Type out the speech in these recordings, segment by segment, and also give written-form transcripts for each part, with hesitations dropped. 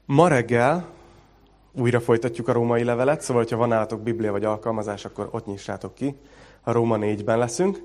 Ma reggel újra folytatjuk a római levelet, szóval, ha van nálatok Biblia vagy alkalmazás, akkor ott nyissátok ki. A Róma 4-ben leszünk.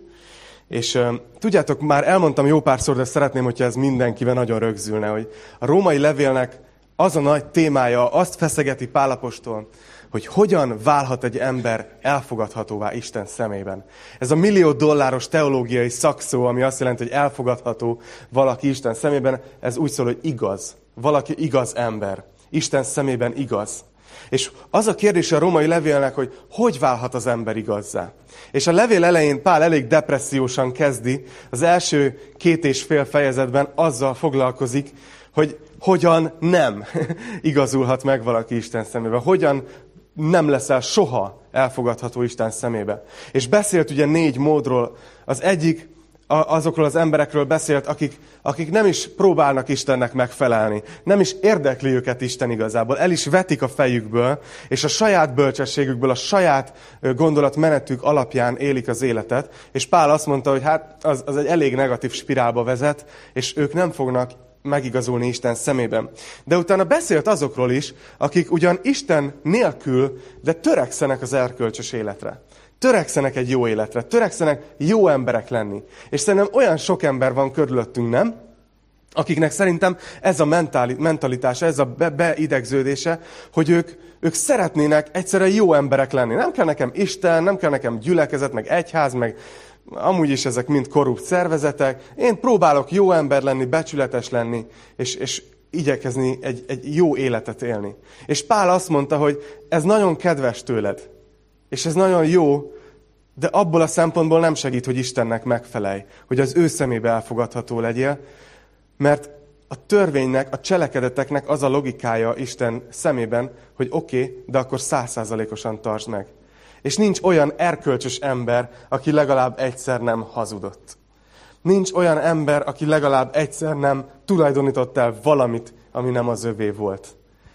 És tudjátok, már elmondtam jó párszor, de szeretném, hogyha ez mindenkivel nagyon rögzülne, hogy a római levélnek az a nagy témája, azt feszegeti Pál apostol, hogy hogyan válhat egy ember elfogadhatóvá Isten szemében. Ez a $1 millió teológiai szakszó, ami azt jelenti, hogy elfogadható valaki Isten szemében, ez úgy szól, hogy igaz. Valaki igaz ember. Isten szemében igaz. És az a kérdés a római levélnek, hogy válhat az ember igazzá. És a levél elején Pál elég depressziósan kezdi, az első 2,5 fejezetben azzal foglalkozik, hogy hogyan nem igazulhat meg valaki Isten szemében. Hogyan nem leszel soha elfogadható Isten szemébe. És beszélt ugye 4 módról. Az egyik azokról az emberekről beszélt, akik nem is próbálnak Istennek megfelelni. Nem is érdekli őket Isten igazából. El is vetik a fejükből, és a saját bölcsességükből, a saját gondolatmenetük alapján élik az életet. És Pál azt mondta, hogy hát az egy elég negatív spirálba vezet, és ők nem fognak megigazulni Isten szemében. De utána beszélt azokról is, akik ugyan Isten nélkül, de törekszenek az erkölcsös életre. Törekszenek egy jó életre, törekszenek jó emberek lenni. És szerintem olyan sok ember van körülöttünk, nem? Akiknek szerintem ez a mentalitása, ez a beidegződése, hogy ők szeretnének egyszerűen jó emberek lenni. Nem kell nekem Isten, nem kell nekem gyülekezet, meg egyház, meg amúgy is ezek mind korrupt szervezetek. Én próbálok jó ember lenni, becsületes lenni, és igyekezni egy jó életet élni. És Pál azt mondta, hogy ez nagyon kedves tőled. És ez nagyon jó, de abból a szempontból nem segít, hogy Istennek megfelelj, hogy az ő szemébe elfogadható legyél, mert a törvénynek, a cselekedeteknek az a logikája Isten szemében, hogy oké, de akkor 100%-osan tartsd meg. És nincs olyan erkölcsös ember, aki legalább egyszer nem hazudott. Nincs olyan ember, aki legalább egyszer nem tulajdonított el valamit, ami nem az övé volt.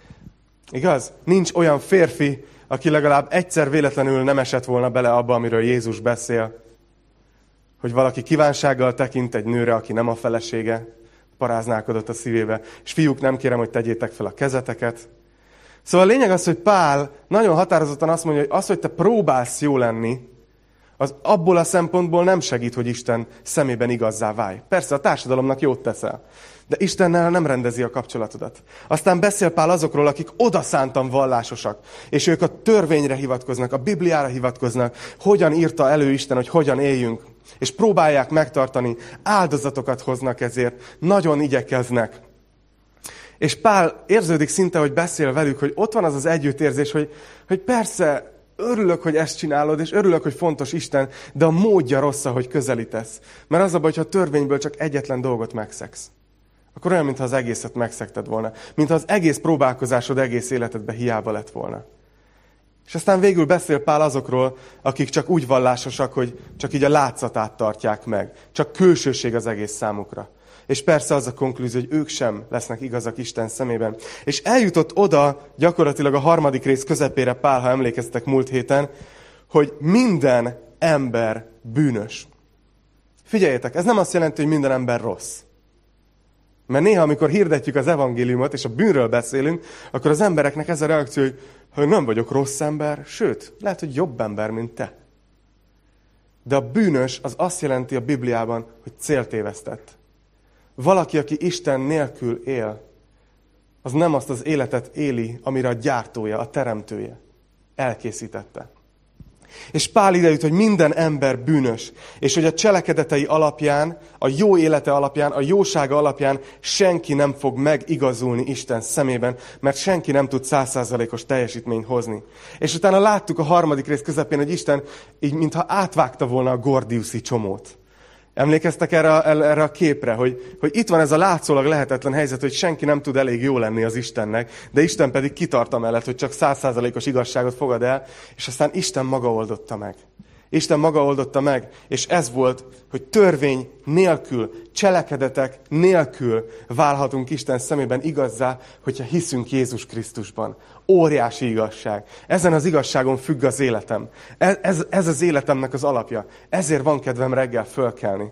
Igaz? Nincs olyan férfi, aki legalább egyszer véletlenül nem esett volna bele abba, amiről Jézus beszél, hogy valaki kívánsággal tekint egy nőre, aki nem a felesége, paráználkodott a szívébe, és fiúk, nem kérem, hogy tegyétek fel a kezeteket. Szóval a lényeg az, hogy Pál nagyon határozottan azt mondja, hogy az, hogy te próbálsz jó lenni, az abból a szempontból nem segít, hogy Isten szemében igazzá válj. Persze a társadalomnak jót teszel, de Istennel nem rendezi a kapcsolatodat. Aztán beszél Pál azokról, akik odaszántan vallásosak, és ők a törvényre hivatkoznak, a Bibliára hivatkoznak, hogyan írta elő Isten, hogy hogyan éljünk, és próbálják megtartani, áldozatokat hoznak ezért, nagyon igyekeznek. És Pál érződik szinte, hogy beszél velük, hogy ott van az az együttérzés, hogy persze, örülök, hogy ezt csinálod, és örülök, hogy fontos Isten, de a módja rossz, hogy közelítesz. Mert az a baj, hogyha a törvényből csak egyetlen dolgot megszegsz. Akkor olyan, mintha az egészet megszegted volna. Mintha az egész próbálkozásod egész életedben hiába lett volna. És aztán végül beszél Pál azokról, akik csak úgy vallásosak, hogy csak így a látszatát tartják meg. Csak külsőség az egész számukra. És persze az a konklúzió, hogy ők sem lesznek igazak Isten szemében. És eljutott oda gyakorlatilag a 3. rész közepére Pál, ha emlékeztek múlt héten, hogy minden ember bűnös. Figyeljetek, ez nem azt jelenti, hogy minden ember rossz. Mert néha, amikor hirdetjük az evangéliumot, és a bűnről beszélünk, akkor az embereknek ez a reakció, hogy nem vagyok rossz ember, sőt, lehet, hogy jobb ember, mint te. De a bűnös az azt jelenti a Bibliában, hogy céltévesztett. Valaki, aki Isten nélkül él, az nem azt az életet éli, amire a gyártója, a teremtője elkészítette. És Pál ide jut, hogy minden ember bűnös, és hogy a cselekedetei alapján, a jó élete alapján, a jósága alapján senki nem fog megigazulni Isten szemében, mert senki nem tud 100%-os teljesítményt hozni. És utána láttuk a 3. rész közepén, hogy Isten így mintha átvágta volna a gordiuszi csomót. Emlékeztek erre a képre, hogy itt van ez a látszólag lehetetlen helyzet, hogy senki nem tud elég jó lenni az Istennek, de Isten pedig kitart amellett, hogy csak 100%-os igazságot fogad el, és aztán Isten maga oldotta meg. Isten maga oldotta meg, és ez volt, hogy törvény nélkül, cselekedetek nélkül válhatunk Isten szemében igazzá, hogyha hiszünk Jézus Krisztusban. Óriási igazság. Ezen az igazságon függ az életem. Ez az életemnek az alapja. Ezért van kedvem reggel fölkelni.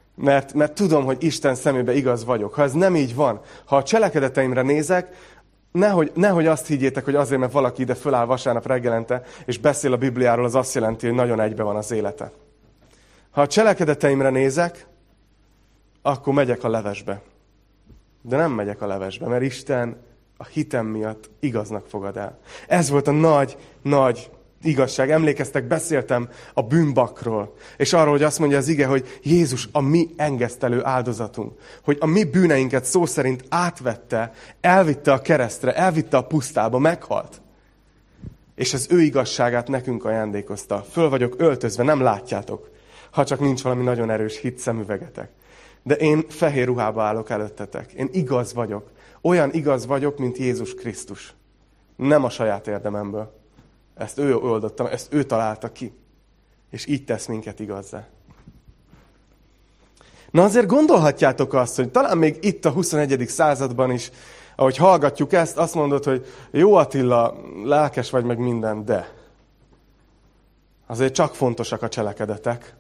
Mert tudom, hogy Isten szemébe igaz vagyok. Ha ez nem így van, ha a cselekedeteimre nézek, nehogy azt higgyétek, hogy azért, mert valaki ide föláll vasárnap reggelente, és beszél a Bibliáról, az azt jelenti, hogy nagyon egybe van az élete. Ha a cselekedeteimre nézek, akkor megyek a levesbe. De nem megyek a levesbe, mert Isten a hitem miatt igaznak fogad el. Ez volt a nagy igazság. Emlékeztek, beszéltem a bűnbakról, és arról, hogy azt mondja az ige, hogy Jézus a mi engesztelő áldozatunk. Hogy a mi bűneinket szó szerint átvette, elvitte a keresztre, elvitte a pusztába, meghalt. És az ő igazságát nekünk ajándékozta. Föl vagyok öltözve, nem látjátok, ha csak nincs valami nagyon erős hitszemüvegetek. De én fehér ruhába állok előttetek. Én igaz vagyok. Olyan igaz vagyok, mint Jézus Krisztus. Nem a saját érdememből. Ezt ő oldotta, ezt ő találta ki. És így tesz minket igazzá. Na azért gondolhatjátok azt, hogy talán még itt a 21. században is, ahogy hallgatjuk ezt, azt mondod, hogy jó Attila, lelkes vagy meg minden, de azért csak fontosak a cselekedetek.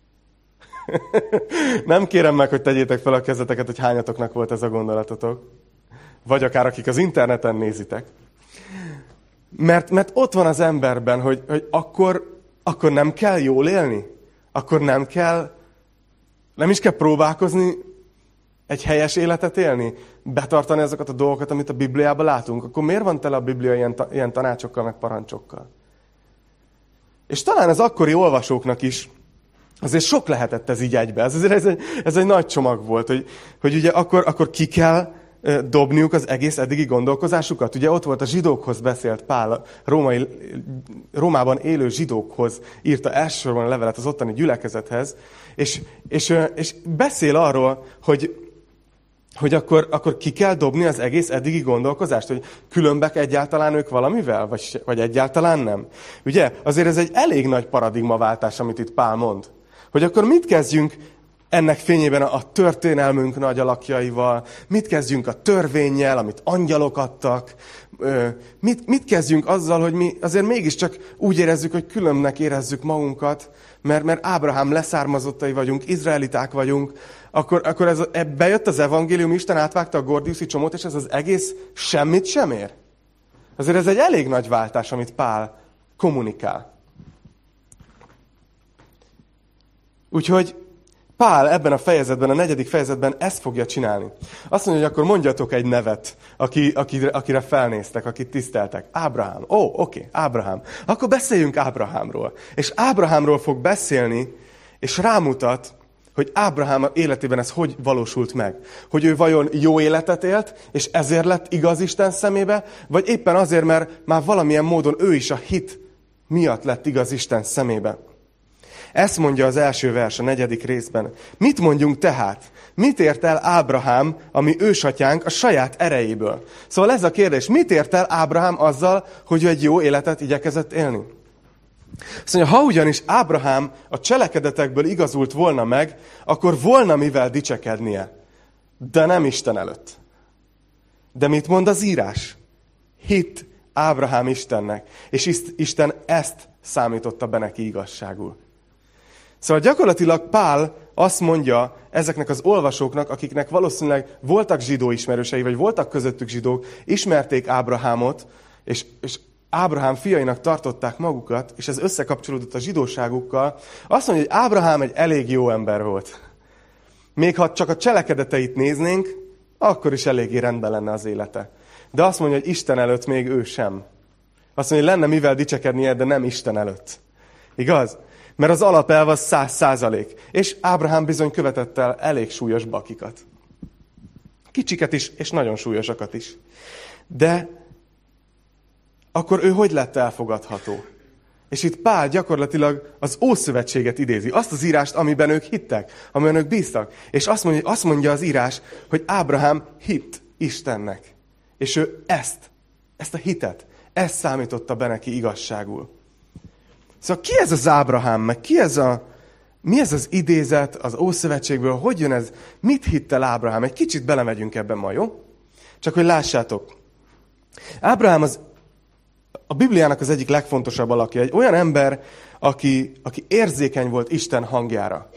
Nem kérem meg, hogy tegyétek fel a kezeteket, hogy hányatoknak volt ez a gondolatotok. Vagy akár akik az interneten nézitek. Mert ott van az emberben, hogy akkor nem kell jól élni? Akkor nem is kell próbálkozni egy helyes életet élni? Betartani azokat a dolgokat, amit a Bibliában látunk? Akkor miért van tele a Biblia ilyen tanácsokkal, meg parancsokkal? És talán az akkori olvasóknak is azért sok lehetett ez így egybe. Ez egy nagy csomag volt, hogy ugye akkor ki kell dobniuk az egész eddigi gondolkozásukat. Ugye ott volt a zsidókhoz beszélt Pál, a Rómában élő zsidókhoz írta elsősorban a levelet az ottani gyülekezethez, és beszél arról, hogy akkor ki kell dobni az egész eddigi gondolkozást, hogy különbek egyáltalán ők valamivel, vagy egyáltalán nem. Ugye azért ez egy elég nagy paradigmaváltás, amit itt Pál mond. Hogy akkor mit kezdjünk ennek fényében a történelmünk nagy alakjaival, mit kezdjünk a törvénnyel, amit angyalok adtak, mit kezdjünk azzal, hogy mi azért mégiscsak úgy érezzük, hogy különbnek érezzük magunkat, mert Ábrahám leszármazottai vagyunk, izraeliták vagyunk, akkor bejött az evangélium, Isten átvágta a gordiuszi csomót, és ez az egész semmit sem ér. Azért ez egy elég nagy váltás, amit Pál kommunikál. Úgyhogy Pál ebben a fejezetben, a 4. fejezetben ezt fogja csinálni. Azt mondja, hogy akkor mondjatok egy nevet, akire felnéztek, akit tiszteltek. Ábrahám. Oké, Ábrahám. Akkor beszéljünk Ábrahámról. És Ábrahámról fog beszélni, és rámutat, hogy Ábrahám életében ez hogy valósult meg. Hogy ő vajon jó életet élt, és ezért lett igaz Isten szemébe, vagy éppen azért, mert már valamilyen módon ő is a hit miatt lett igaz Isten szemébe. Ezt mondja az első vers, a 4. részben. Mit mondjunk tehát? Mit ért el Ábrahám, ami ősatyánk, a saját erejéből? Szóval ez a kérdés, mit ért el Ábrahám azzal, hogy ő egy jó életet igyekezett élni? Azt mondja, ha ugyanis Ábrahám a cselekedetekből igazult volna meg, akkor volna mivel dicsekednie, de nem Isten előtt. De mit mond az írás? Hitt Ábrahám Istennek, és Isten ezt számította be neki igazságul. Szóval gyakorlatilag Pál azt mondja ezeknek az olvasóknak, akiknek valószínűleg voltak zsidó ismerősei, vagy voltak közöttük zsidók, ismerték Ábrahámot, és Ábrahám fiainak tartották magukat, és ez összekapcsolódott a zsidóságukkal. Azt mondja, hogy Ábrahám egy elég jó ember volt. Még ha csak a cselekedeteit néznénk, akkor is eléggé rendben lenne az élete. De azt mondja, hogy Isten előtt még ő sem. Azt mondja, hogy lenne mivel dicsekednie, de nem Isten előtt. Igaz? Mert az alapelv az 100%. És Ábrahám bizony követett el elég súlyos bakikat. Kicsiket is, és nagyon súlyosakat is. De akkor ő hogy lett elfogadható? És itt Pál gyakorlatilag az Ószövetséget idézi. Azt az írást, amiben ők hittek, amiben ők bíztak. És azt mondja az írás, hogy Ábrahám hitt Istennek. És ő ezt a hitet, ezt számította be neki igazságul. Szóval ki ez az Ábrahám, meg mi ez az idézet az Ószövetségből, hogy jön ez, mit hitt el Ábrahám? Egy kicsit belemegyünk ebben ma, jó? Csak hogy lássátok. Ábrahám a Bibliának az egyik legfontosabb alakja. Egy olyan ember, aki érzékeny volt Isten hangjára.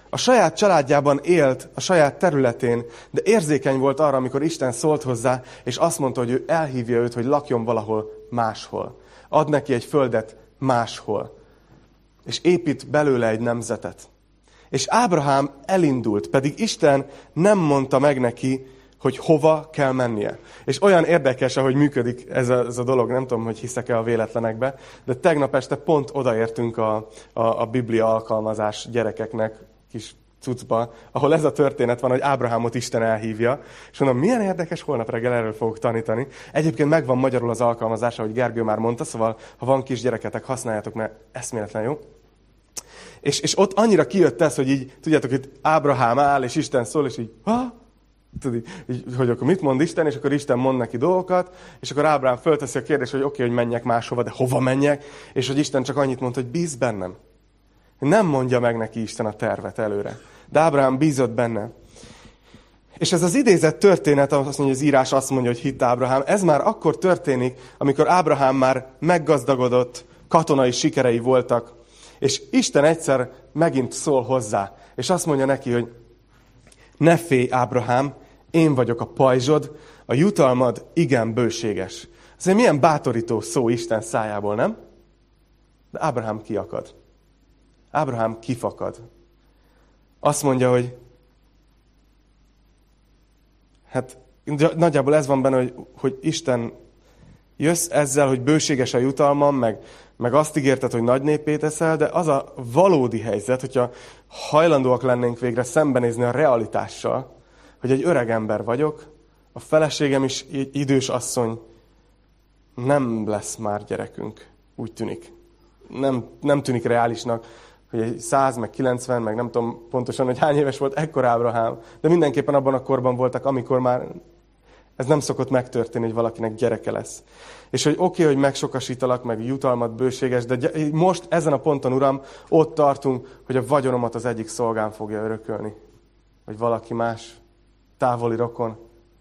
a saját családjában élt, a saját területén, de érzékeny volt arra, amikor Isten szólt hozzá, és azt mondta, hogy ő elhívja őt, hogy lakjon valahol máshol. Ad neki egy földet máshol. És épít belőle egy nemzetet. És Ábrahám elindult, pedig Isten nem mondta meg neki, hogy hova kell mennie. És olyan érdekes, ahogy működik ez a dolog, nem tudom, hogy hiszek-e a véletlenekbe, de tegnap este pont odaértünk a Biblia alkalmazás gyerekeknek kis cuccba, ahol ez a történet van, hogy Ábrahámot Isten elhívja. És mondom, milyen érdekes, holnap reggel erről fogok tanítani. Egyébként megvan magyarul az alkalmazás, ahogy Gergő már mondta, szóval ha van kisgyereketek, használjátok, mert eszméletlen jó. És ott annyira kijött ez, hogy így, tudjátok, hogy Ábrahám áll, és Isten szól, és így, tudod, így, hogy akkor mit mond Isten, és akkor Isten mond neki dolgokat, és akkor Ábrahám fölteszi a kérdést, hogy oké, hogy menjek máshova, de hova menjek, és hogy Isten csak annyit mond, hogy bízz bennem. Nem mondja meg neki Isten a tervet előre. De Ábrahám bízott benne. És ez az idézett történet, azt mondja, az írás azt mondja, hogy hitt Ábrahám, ez már akkor történik, amikor Ábrahám már meggazdagodott, katonai sikerei voltak, és Isten egyszer megint szól hozzá, és azt mondja neki, hogy ne félj, Ábrahám, én vagyok a pajzsod, a jutalmad igen bőséges. Ez egy milyen bátorító szó Isten szájából, nem? De Ábrahám kiakad. Ábrahám kifakad. Azt mondja, hogy hát nagyjából ez van benne, hogy Isten jössz ezzel, hogy bőséges a jutalmam, meg azt ígérted, hogy nagy néppé teszel, de az a valódi helyzet, hogyha hajlandóak lennénk végre szembenézni a realitással, hogy egy öreg ember vagyok, a feleségem is egy idős asszony, nem lesz már gyerekünk, úgy tűnik. Nem tűnik reálisnak, hogy egy 100, meg 90, meg nem tudom pontosan, hogy hány éves volt ekkor Ábrahám, de mindenképpen abban a korban voltak, amikor már ez nem szokott megtörténni, hogy valakinek gyereke lesz. És hogy oké, hogy megsokasítalak, meg jutalmat bőséges, de most ezen a ponton, Uram, ott tartunk, hogy a vagyonomat az egyik szolgám fogja örökölni. Vagy valaki más, távoli rokon.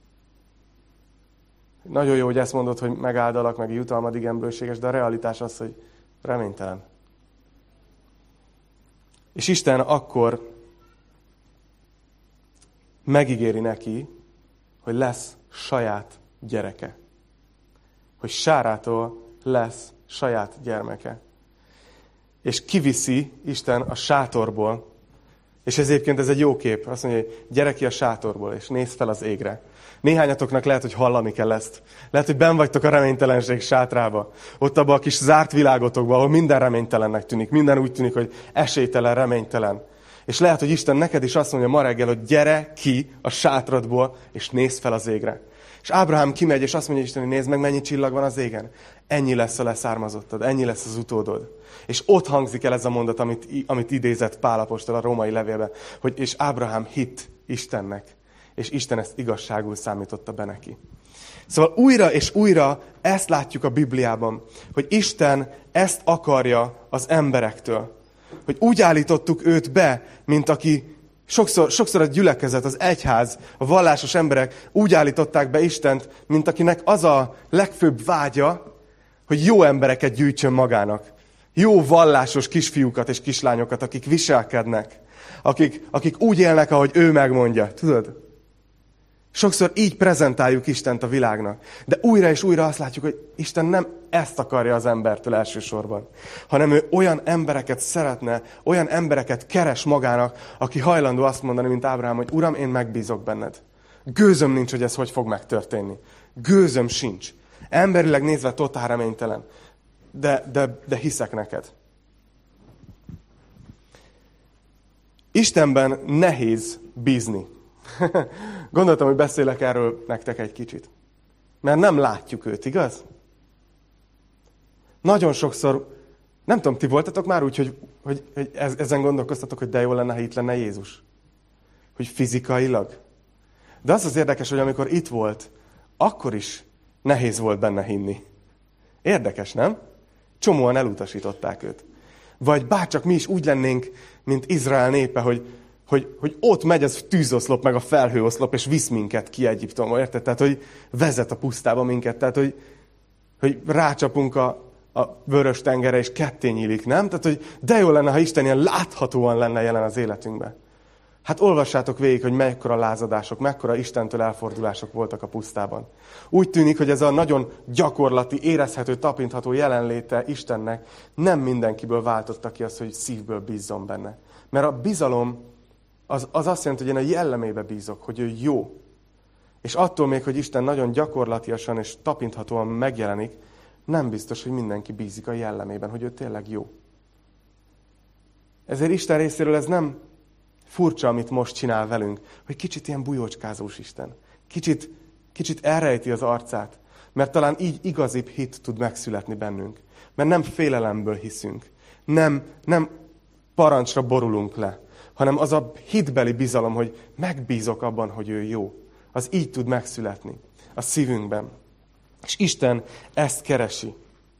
Nagyon jó, hogy ezt mondod, hogy megáldalak, meg a jutalmad igen bőséges, de a realitás az, hogy reménytelen. És Isten akkor megígéri neki, hogy lesz saját gyereke. Hogy Sárától lesz saját gyermeke. És kiviszi Isten a sátorból, és egyébként ez egy jó kép. Azt mondja, hogy gyere ki a sátorból, és nézz fel az égre. Néhányatoknak lehet, hogy hallani kell ezt. Lehet, hogy benn vagytok a reménytelenség sátrába. Ott abban a kis zárt világotokban, ahol minden reménytelennek tűnik. Minden úgy tűnik, hogy esélytelen, reménytelen. És lehet, hogy Isten neked is azt mondja ma reggel, hogy gyere ki a sátradból, és nézz fel az égre. És Ábrahám kimegy, és azt mondja Isten, hogy nézd meg, mennyi csillag van az égen. Ennyi lesz a leszármazottad, ennyi lesz az utódod. És ott hangzik el ez a mondat, amit idézett Pál apostol a római levélben, hogy és Ábrahám hitt Istennek, és Isten ezt igazságul számította be neki. Szóval újra és újra ezt látjuk a Bibliában, hogy Isten ezt akarja az emberektől. Hogy úgy állítottuk őt be, mint aki sokszor a gyülekezet, az egyház, a vallásos emberek úgy állították be Istent, mint akinek az a legfőbb vágya, hogy jó embereket gyűjtsön magának. Jó vallásos kisfiúkat és kislányokat, akik viselkednek. Akik úgy élnek, ahogy ő megmondja. Tudod? Sokszor így prezentáljuk Istent a világnak. De újra és újra azt látjuk, hogy Isten nem ezt akarja az embertől elsősorban, hanem ő olyan embereket szeretne, olyan embereket keres magának, aki hajlandó azt mondani, mint Ábrahám, hogy Uram, én megbízok benned. Gőzöm nincs, hogy ez hogy fog megtörténni. Gőzöm sincs. Emberileg nézve totál reménytelen. De hiszek neked. Istenben nehéz bízni. Gondoltam, hogy beszélek erről nektek egy kicsit. Mert nem látjuk őt, igaz? Nagyon sokszor, nem tudom, ti voltatok már úgy, hogy ezen gondolkoztatok, hogy de jó lenne, ha itt lenne Jézus. Hogy fizikailag. De az érdekes, hogy amikor itt volt, akkor is nehéz volt benne hinni. Érdekes, nem? Csomóan elutasították őt. Vagy bárcsak mi is úgy lennénk, mint Izrael népe, hogy ott megy az tűzoszlop, meg a felhőoszlop, és visz minket ki Egyiptomba, érted? Tehát, hogy vezet a pusztába minket, tehát, hogy rácsapunk a vörös tengerre, és ketté nyílik, nem? Tehát, hogy de jó lenne, ha Isten ilyen láthatóan lenne jelen az életünkben. Hát olvassátok végig, hogy mekkora lázadások, mekkora Istentől elfordulások voltak a pusztában. Úgy tűnik, hogy ez a nagyon gyakorlati, érezhető, tapintható jelenléte Istennek nem mindenkiből váltotta ki azt, hogy szívből bízzon benne. Mert a bizalom az azt jelenti, hogy én a jellemébe bízok, hogy ő jó. És attól még, hogy Isten nagyon gyakorlatiasan és tapinthatóan megjelenik, nem biztos, hogy mindenki bízik a jellemében, hogy ő tényleg jó. Ezért Isten részéről ez nem furcsa, amit most csinál velünk, hogy kicsit ilyen bujócskázós Isten. Kicsit elrejti az arcát, mert talán így igazibb hit tud megszületni bennünk. Mert nem félelemből hiszünk, nem parancsra borulunk le, hanem az a hitbeli bizalom, hogy megbízok abban, hogy ő jó. Az így tud megszületni a szívünkben. És Isten ezt keresi.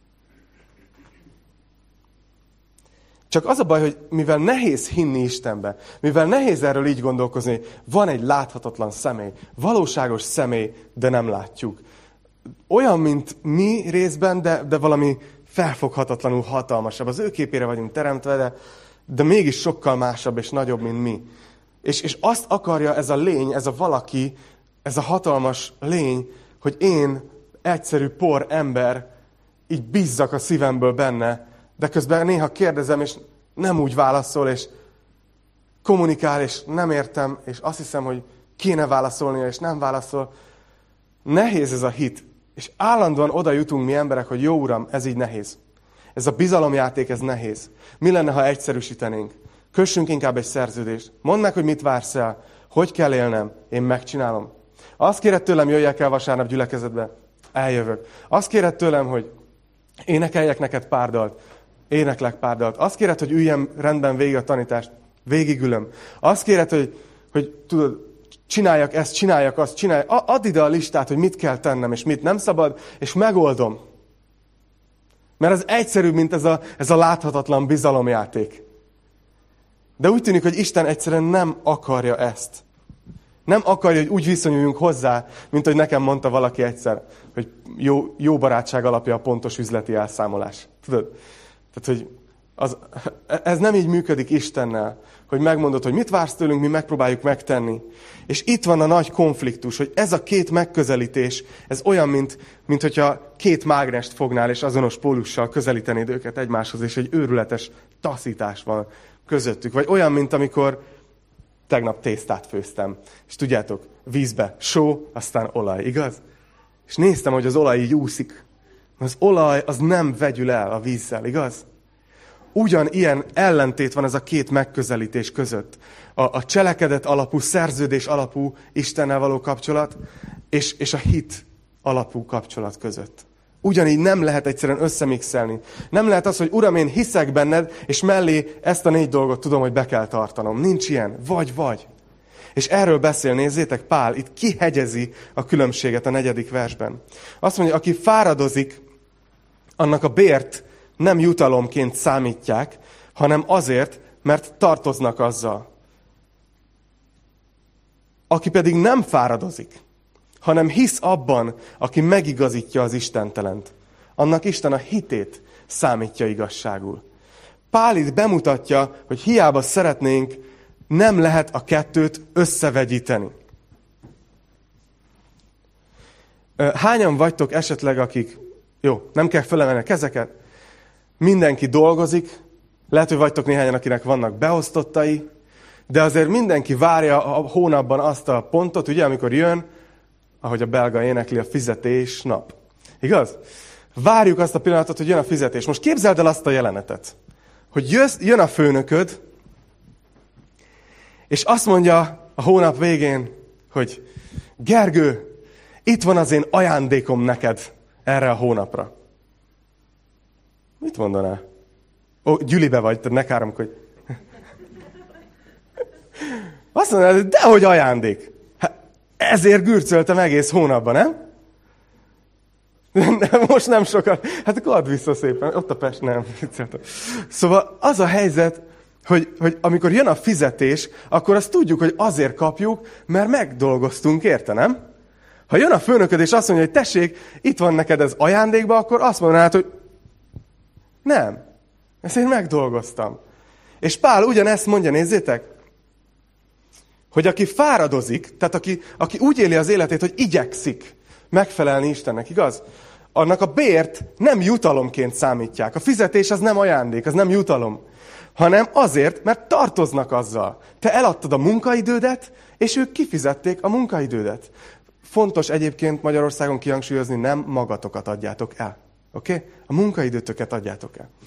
Csak az a baj, hogy mivel nehéz hinni Istenbe, mivel nehéz erről így gondolkozni, van egy láthatatlan személy, valóságos személy, de nem látjuk. Olyan, mint mi részben, de valami felfoghatatlanul hatalmasabb. Az ő képére vagyunk teremtve, de mégis sokkal másabb és nagyobb, mint mi. És azt akarja ez a lény, ez a valaki, ez a hatalmas lény, hogy én, egyszerű por ember, így bízzak a szívemből benne, de közben néha kérdezem, és nem úgy válaszol, és kommunikál, és nem értem, és azt hiszem, hogy kéne válaszolnia, és nem válaszol. Nehéz ez a hit. És állandóan oda jutunk mi emberek, hogy jó Uram, ez így nehéz. Ez a bizalomjáték, ez nehéz. Mi lenne, ha egyszerűsítenénk? Kössünk inkább egy szerződést. Mondd meg, hogy mit vársz el, hogy kell élnem, én megcsinálom. Azt kéred tőlem, jöjjek el vasárnap gyülekezetbe, eljövök. Azt kéred tőlem, hogy énekeljek neked pár dalt, éneklek pár dalt. Azt kéred, hogy üljem rendben végig a tanítást, végigülöm. Azt kéred, hogy tudod, csináljak ezt, csináljak azt, add ide a listát, hogy mit kell tennem, és mit nem szabad, és megoldom. Mert ez egyszerűbb, mint ez a láthatatlan bizalomjáték. De úgy tűnik, hogy Isten egyszerűen nem akarja ezt. Nem akarja, hogy úgy viszonyuljunk hozzá, mint hogy nekem mondta valaki egyszer, hogy jó barátság alapja a pontos üzleti elszámolás. Tudod? Tehát, hogy ez nem így működik Istennel, hogy megmondod, hogy mit vársz tőlünk, mi megpróbáljuk megtenni. És itt van a nagy konfliktus, hogy ez a két megközelítés, ez olyan, mint hogyha két mágnest fognál, és azonos pólussal közelítenéd őket egymáshoz, és egy őrületes taszítás van közöttük. Vagy olyan, mint amikor tegnap tésztát főztem. És tudjátok, vízbe só, aztán olaj, igaz? És néztem, hogy az olaj így úszik. Az olaj az nem vegyül el a vízzel, igaz? Ugyanilyen ellentét van ez a két megközelítés között. A cselekedet alapú, szerződés alapú Istennel való kapcsolat, és a hit alapú kapcsolat között. Ugyanígy nem lehet egyszerűen összemixelni. Nem lehet az, hogy Uram, én hiszek benned, és mellé ezt a 4 dolgot tudom, hogy be kell tartanom. Nincs ilyen. Vagy. És erről beszél, nézzétek, Pál itt kihegyezi a különbséget a 4. versben. Azt mondja, aki fáradozik, annak a bért nem jutalomként számítják, hanem azért, mert tartoznak azzal. Aki pedig nem fáradozik, hanem hisz abban, aki megigazítja az istentelent, annak Isten a hitét számítja igazságul. Pál itt bemutatja, hogy hiába szeretnénk, nem lehet a kettőt összevegyíteni. Hányan vagytok esetleg, akik, jó, nem kell felemelni a kezeket, mindenki dolgozik, lehet, hogy vagytok néhányan, akinek vannak beosztottai, de azért mindenki várja a hónapban azt a pontot, ugye, amikor jön, ahogy a belga énekli, a fizetés nap. Igaz? Várjuk azt a pillanatot, hogy jön a fizetés. Most képzeld el azt a jelenetet, hogy jön a főnököd, és azt mondja a hónap végén, hogy Gergő, itt van az én ajándékom neked erre a hónapra. Mit mondanál? Ó, Gyülibe vagy, tehát ne káromkodj. Azt mondanád, hogy dehogy ajándék. Hát, ezért gürcöltem egész hónapban, nem? Most nem sokat. Hát akkor add vissza szépen. Ott a Pest, nem. Szóval az a helyzet, hogy amikor jön a fizetés, akkor azt tudjuk, hogy azért kapjuk, mert megdolgoztunk érte, nem? Ha jön a főnököd, és azt mondja, hogy tessék, itt van neked ez ajándékba, akkor azt mondanád, hogy nem. Ezt én megdolgoztam. És Pál ugyanezt mondja, nézzétek. hogy aki fáradozik, tehát aki úgy éli az életét, hogy igyekszik megfelelni Istennek, igaz? Annak a bért nem jutalomként számítják. A fizetés az nem ajándék, az nem jutalom, hanem azért, mert tartoznak azzal. Te eladtad a munkaidődet, és ők kifizették a munkaidődet. Fontos egyébként Magyarországon kihangsúlyozni, nem magatokat adjátok el. Oké? A munkaidőtöket adjátok el.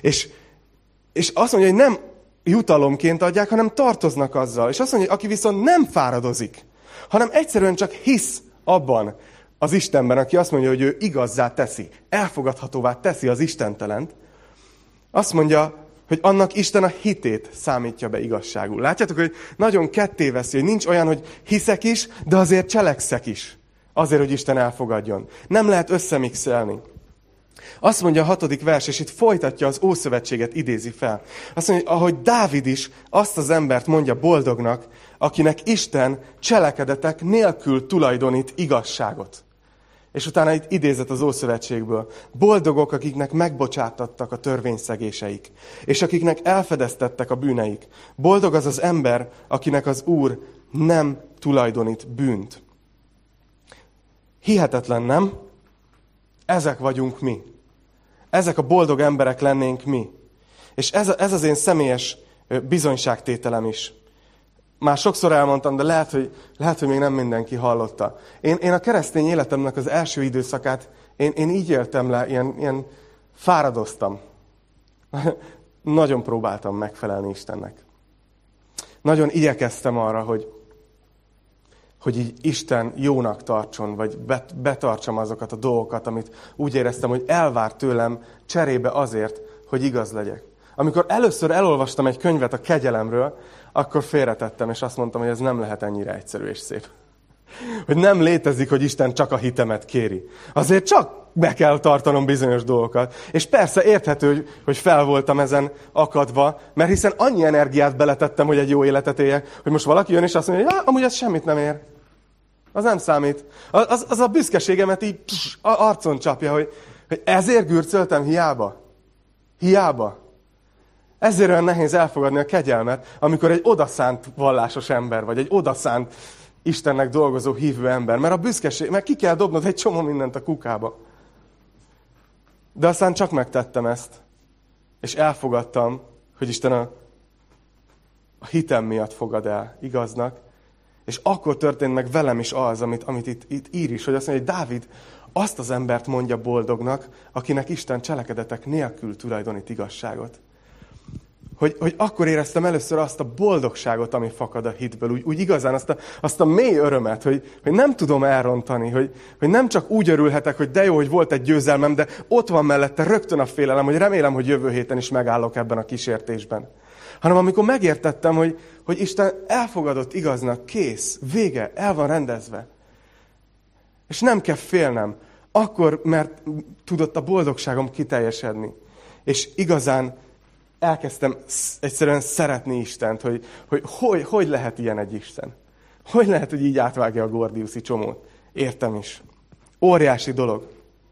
És azt mondja, hogy nem jutalomként adják, hanem tartoznak azzal. És azt mondja, hogy aki viszont nem fáradozik, hanem egyszerűen csak hisz abban az Istenben, aki azt mondja, hogy ő igazzá teszi, elfogadhatóvá teszi az istentelent, azt mondja, hogy annak Isten a hitét számítja be igazságul. Látjátok, hogy nagyon kettéveszi, hogy nincs olyan, hogy hiszek is, de azért cselekszek is. Azért, hogy Isten elfogadjon. Nem lehet összemixelni. Azt mondja a 6. vers, és itt folytatja az Ószövetséget, idézi fel. Azt mondja, hogy ahogy Dávid is azt az embert mondja boldognak, akinek Isten cselekedetek nélkül tulajdonít igazságot. És utána itt idézett az Ószövetségből. Boldogok, akiknek megbocsátattak a törvényszegéseik, és akiknek elfedeztettek a bűneik. Boldog az az ember, akinek az Úr nem tulajdonít bűnt. Hihetetlen, nem? Ezek vagyunk mi. Ezek a boldog emberek lennénk mi. És ez az én személyes bizonyságtételem is. Már sokszor elmondtam, de lehet, hogy még nem mindenki hallotta. Én a keresztény életemnek az első időszakát, én így éltem le, ilyen fáradoztam. Nagyon próbáltam megfelelni Istennek. Nagyon igyekeztem arra, hogy így Isten jónak tartson, vagy betartsam azokat a dolgokat, amit úgy éreztem, hogy elvár tőlem cserébe azért, hogy igaz legyek. Amikor először elolvastam egy könyvet a kegyelemről, akkor félretettem, és azt mondtam, hogy ez nem lehet ennyire egyszerű és szép. Hogy nem létezik, hogy Isten csak a hitemet kéri. Azért csak be kell tartanom bizonyos dolgokat. És persze érthető, hogy fel voltam ezen akadva, mert hiszen annyi energiát beletettem, hogy egy jó életet éljek, hogy most valaki jön és azt mondja, hogy amúgy ez semmit nem ér. Az nem számít. Az a büszkeségemet így arcon csapja, hogy ezért gürcöltem hiába. Hiába. Ezért olyan nehéz elfogadni a kegyelmet, amikor egy odaszánt vallásos ember, vagy egy odaszánt Istennek dolgozó hívő ember. Mert a büszkeség, mert ki kell dobnod egy csomó mindent a kukába. De aztán csak megtettem ezt. És elfogadtam, hogy Isten a hitem miatt fogad el igaznak. És akkor történt meg velem is az, amit itt ír is, hogy azt mondja, hogy Dávid azt az embert mondja boldognak, akinek Isten cselekedetek nélkül tulajdonít igazságot. Hogy akkor éreztem először azt a boldogságot, ami fakad a hitből, úgy igazán azt a mély örömet, hogy nem tudom elrontani, hogy nem csak úgy örülhetek, hogy de jó, hogy volt egy győzelmem, de ott van mellette rögtön a félelem, hogy remélem, hogy jövő héten is megállok ebben a kísértésben. Hanem amikor megértettem, hogy Isten elfogadott igaznak, kész, vége, el van rendezve. És nem kell félnem, akkor, mert tudott a boldogságom kiteljesedni. És igazán elkezdtem egyszerűen szeretni Istent, hogy lehet ilyen egy Isten. Hogy lehet, hogy így átvágja a gordiuszi csomót. Értem is. Óriási dolog.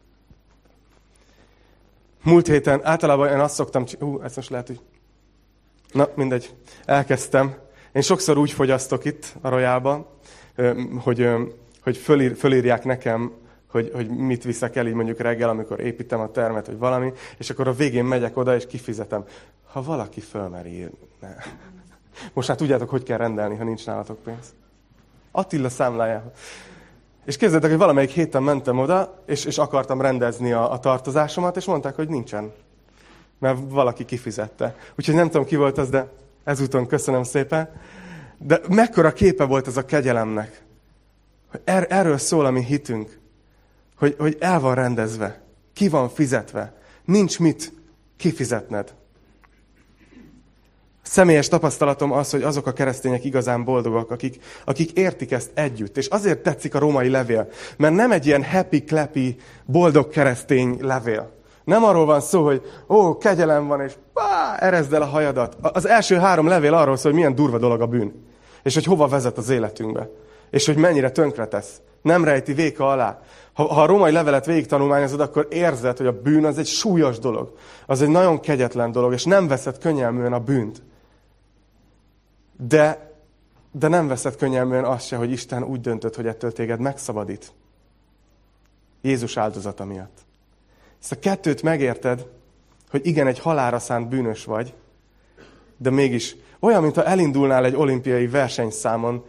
Múlt héten általában én azt szoktam... ezt most lehet, hogy... Na, mindegy. Elkezdtem. Én sokszor úgy fogyasztok itt a Royalban, hogy fölírják nekem, hogy mit viszek el így mondjuk reggel, amikor építem a termet, vagy valami, és akkor a végén megyek oda, és kifizetem. Ha valaki fölmer írni. Most már tudjátok, hogy kell rendelni, ha nincs nálatok pénz. Attila számlájához. És képzeljétek, hogy valamelyik héten mentem oda, és akartam rendezni a tartozásomat, és mondták, hogy nincsen. Mert valaki kifizette. Úgyhogy nem tudom, ki volt az, de ezúton köszönöm szépen. De mekkora képe volt ez a kegyelemnek. Hogy erről szól a mi hitünk. Hogy el van rendezve. Ki van fizetve. Nincs mit kifizetned. Személyes tapasztalatom az, hogy azok a keresztények igazán boldogak, akik értik ezt együtt. És azért tetszik a római levél, mert nem egy ilyen happy-clappy, boldog keresztény levél. Nem arról van szó, hogy kegyelem van, és erezd el a hajadat. Az első 3 levél arról szól, hogy milyen durva dolog a bűn. És hogy hova vezet az életünkbe. És hogy mennyire tönkretesz. Nem rejti véka alá. Ha a római levelet végig tanulmányozod, akkor érzed, hogy a bűn az egy súlyos dolog. Az egy nagyon kegyetlen dolog, és nem veszed könnyelműen a bűnt. De De nem veszed könnyelműen azt se, hogy Isten úgy döntött, hogy ettől téged megszabadít. Jézus áldozata miatt. Ezt a kettőt megérted, hogy igen, egy halálra szánt bűnös vagy, de mégis olyan, mintha elindulnál egy olimpiai versenyszámon,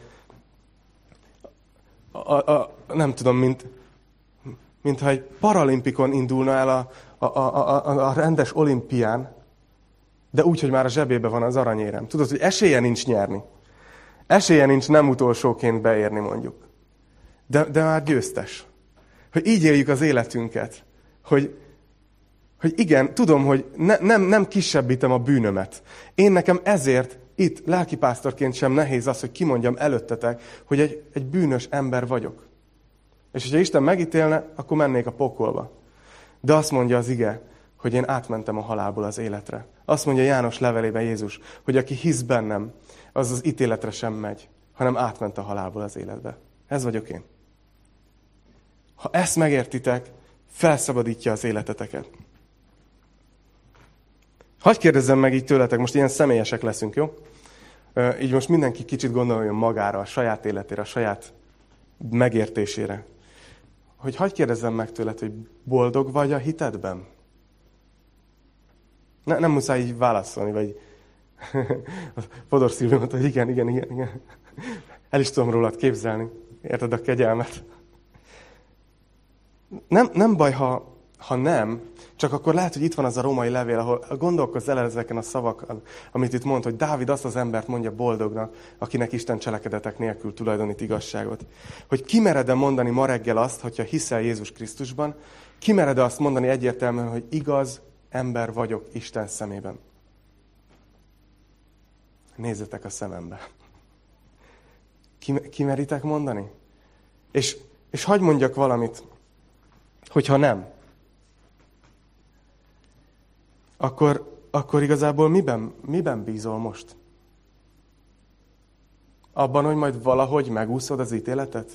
nem tudom, mintha egy paralimpikon indulna el a rendes olimpián, de úgy, hogy már a zsebébe van az aranyérem. Tudod, hogy esélye nincs nyerni. Esélye nincs nem utolsóként beérni, mondjuk. De már győztes. Hogy így éljük az életünket. Hogy igen, tudom, hogy nem kisebbítem a bűnömet. Én nekem ezért itt lelkipásztorként sem nehéz az, hogy kimondjam előttetek, hogy egy bűnös ember vagyok. És hogyha Isten megítélne, akkor mennék a pokolba. De azt mondja az ige, hogy én átmentem a halálból az életre. Azt mondja János levelében Jézus, hogy aki hisz bennem, az az ítéletre sem megy, hanem átment a halálból az életbe. Ez vagyok én. Ha ezt megértitek, felszabadítja az életeteket. Hadd kérdezzem meg így tőletek, most ilyen személyesek leszünk, jó? Így most mindenki kicsit gondoljon magára, a saját életére, a saját megértésére. Hogy hadd kérdezzem meg tőled, hogy boldog vagy a hitedben? Nem muszáj így válaszolni, vagy Fodor Szilvi mondta, hogy igen. El is tudom rólad képzelni. Érted a kegyelmet? Nem baj, ha nem, csak akkor lehet, hogy itt van az a római levél, ahol gondolkozz el ezeken a szavakon, amit itt mond, hogy Dávid azt az embert mondja boldognak, akinek Isten cselekedetek nélkül tulajdonít igazságot. Hogy kimered-e mondani ma reggel azt, hogyha hiszel Jézus Krisztusban, kimered-e azt mondani egyértelműen, hogy igaz ember vagyok Isten szemében. Nézzetek a szemembe. Kimeritek mondani? És hadd mondjak valamit, hogyha nem, akkor igazából miben bízol most? Abban, hogy majd valahogy megúszod az ítéletet?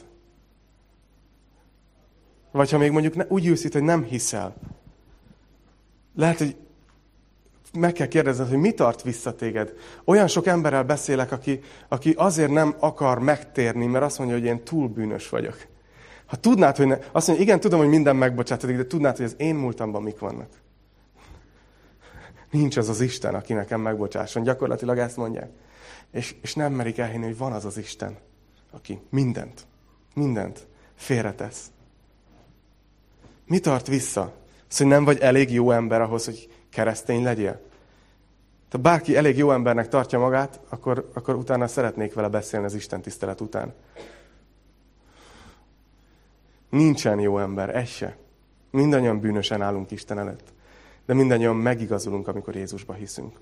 Vagy ha még mondjuk úgy ülsz itt, hogy nem hiszel. Lehet, hogy meg kell kérdezned, hogy mi tart vissza téged. Olyan sok emberrel beszélek, aki azért nem akar megtérni, mert azt mondja, hogy én túl bűnös vagyok. Ha tudnád, hogy azt mondja, igen, tudom, hogy minden megbocsátodik, de tudnád, hogy az én múltamban mik vannak. Nincs az az Isten, aki nekem megbocsásson. Gyakorlatilag ezt mondják. És nem merik elhinni, hogy van az az Isten, aki mindent félretesz. Mi tart vissza? Az, hogy nem vagy elég jó ember ahhoz, hogy keresztény legyél? Ha bárki elég jó embernek tartja magát, akkor utána szeretnék vele beszélni az Isten tisztelet után. Nincsen jó ember, egy se. Mindannyian bűnösen állunk Isten előtt. De mindannyian megigazulunk, amikor Jézusba hiszünk.